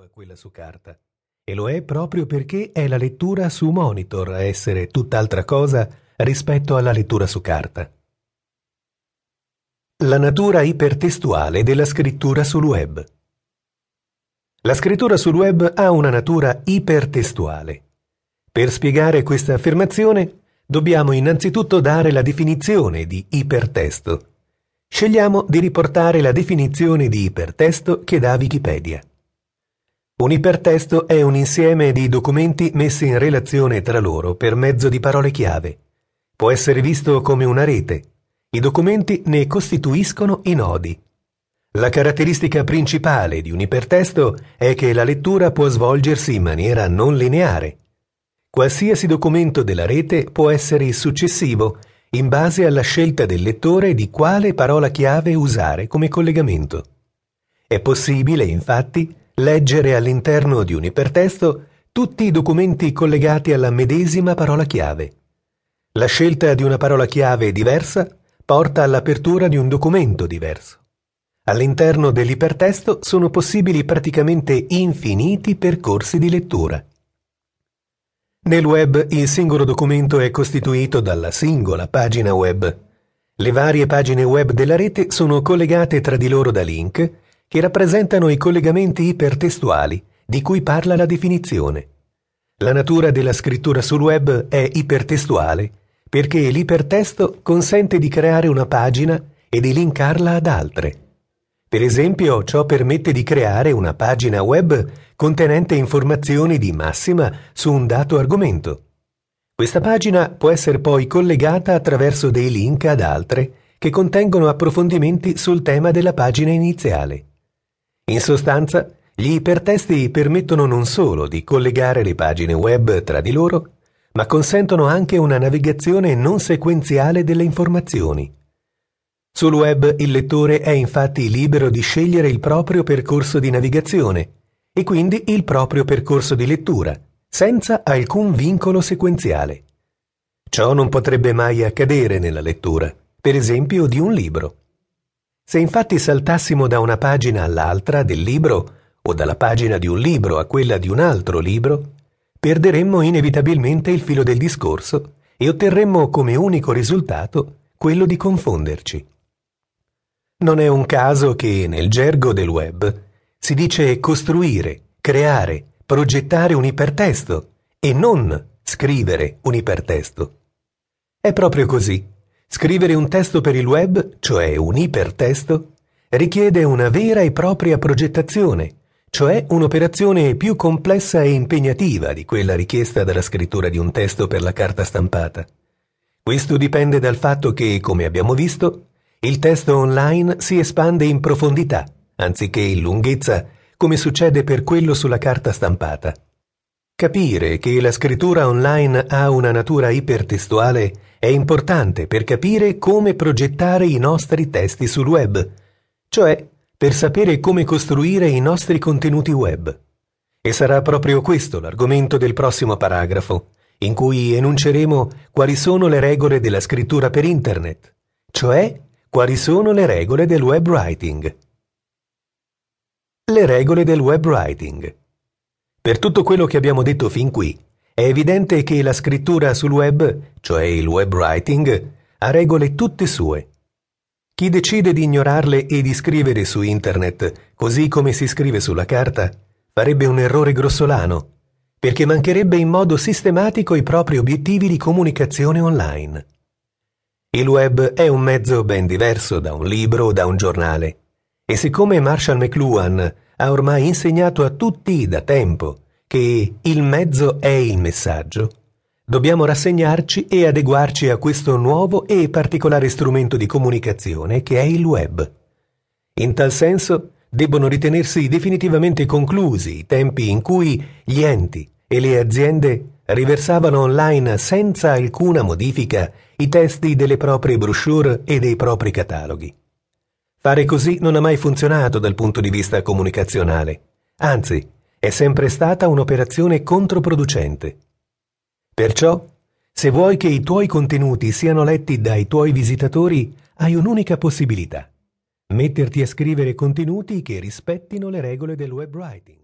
quella su carta. E lo è proprio perché è la lettura su monitor a essere tutt'altra cosa rispetto alla lettura su carta. La natura ipertestuale della scrittura sul web. La scrittura sul web ha una natura ipertestuale. Per spiegare questa affermazione, dobbiamo innanzitutto dare la definizione di ipertesto. Scegliamo di riportare la definizione di ipertesto che dà Wikipedia. Un ipertesto è un insieme di documenti messi in relazione tra loro per mezzo di parole chiave. Può essere visto come una rete. I documenti ne costituiscono i nodi. La caratteristica principale di un ipertesto è che la lettura può svolgersi in maniera non lineare. Qualsiasi documento della rete può essere successivo in base alla scelta del lettore di quale parola chiave usare come collegamento. È possibile, infatti, leggere all'interno di un ipertesto tutti i documenti collegati alla medesima parola chiave. La scelta di una parola chiave diversa porta all'apertura di un documento diverso. All'interno dell'ipertesto sono possibili praticamente infiniti percorsi di lettura. Nel web il singolo documento è costituito dalla singola pagina web. Le varie pagine web della rete sono collegate tra di loro da link che rappresentano i collegamenti ipertestuali di cui parla la definizione. La natura della scrittura sul web è ipertestuale perché l'ipertesto consente di creare una pagina e di linkarla ad altre. Per esempio, ciò permette di creare una pagina web contenente informazioni di massima su un dato argomento. Questa pagina può essere poi collegata attraverso dei link ad altre che contengono approfondimenti sul tema della pagina iniziale. In sostanza, gli ipertesti permettono non solo di collegare le pagine web tra di loro, ma consentono anche una navigazione non sequenziale delle informazioni. Sul web il lettore è infatti libero di scegliere il proprio percorso di navigazione e quindi il proprio percorso di lettura, senza alcun vincolo sequenziale. Ciò non potrebbe mai accadere nella lettura, per esempio di un libro. Se infatti saltassimo da una pagina all'altra del libro o dalla pagina di un libro a quella di un altro libro, perderemmo inevitabilmente il filo del discorso e otterremmo come unico risultato quello di confonderci. Non è un caso che nel gergo del web si dice costruire, creare, progettare un ipertesto e non scrivere un ipertesto. È proprio così. Scrivere un testo per il web, cioè un ipertesto, richiede una vera e propria progettazione, cioè un'operazione più complessa e impegnativa di quella richiesta dalla scrittura di un testo per la carta stampata. Questo dipende dal fatto che, come abbiamo visto, il testo online si espande in profondità, anziché in lunghezza, come succede per quello sulla carta stampata. Capire che la scrittura online ha una natura ipertestuale è importante per capire come progettare i nostri testi sul web, cioè per sapere come costruire i nostri contenuti web. E sarà proprio questo l'argomento del prossimo paragrafo, in cui enunceremo quali sono le regole della scrittura per internet, cioè quali sono le regole del web writing. Le regole del web writing. Per tutto quello che abbiamo detto fin qui, è evidente che la scrittura sul web, cioè il web writing, ha regole tutte sue. Chi decide di ignorarle e di scrivere su internet, così come si scrive sulla carta, farebbe un errore grossolano, perché mancherebbe in modo sistematico i propri obiettivi di comunicazione online. Il web è un mezzo ben diverso da un libro o da un giornale, e siccome Marshall McLuhan ha ormai insegnato a tutti da tempo che il mezzo è il messaggio, dobbiamo rassegnarci e adeguarci a questo nuovo e particolare strumento di comunicazione che è il web. In tal senso, debbono ritenersi definitivamente conclusi i tempi in cui gli enti e le aziende riversavano online senza alcuna modifica i testi delle proprie brochure e dei propri cataloghi. Fare così non ha mai funzionato dal punto di vista comunicazionale, anzi, è sempre stata un'operazione controproducente. Perciò, se vuoi che i tuoi contenuti siano letti dai tuoi visitatori, hai un'unica possibilità: metterti a scrivere contenuti che rispettino le regole del web writing.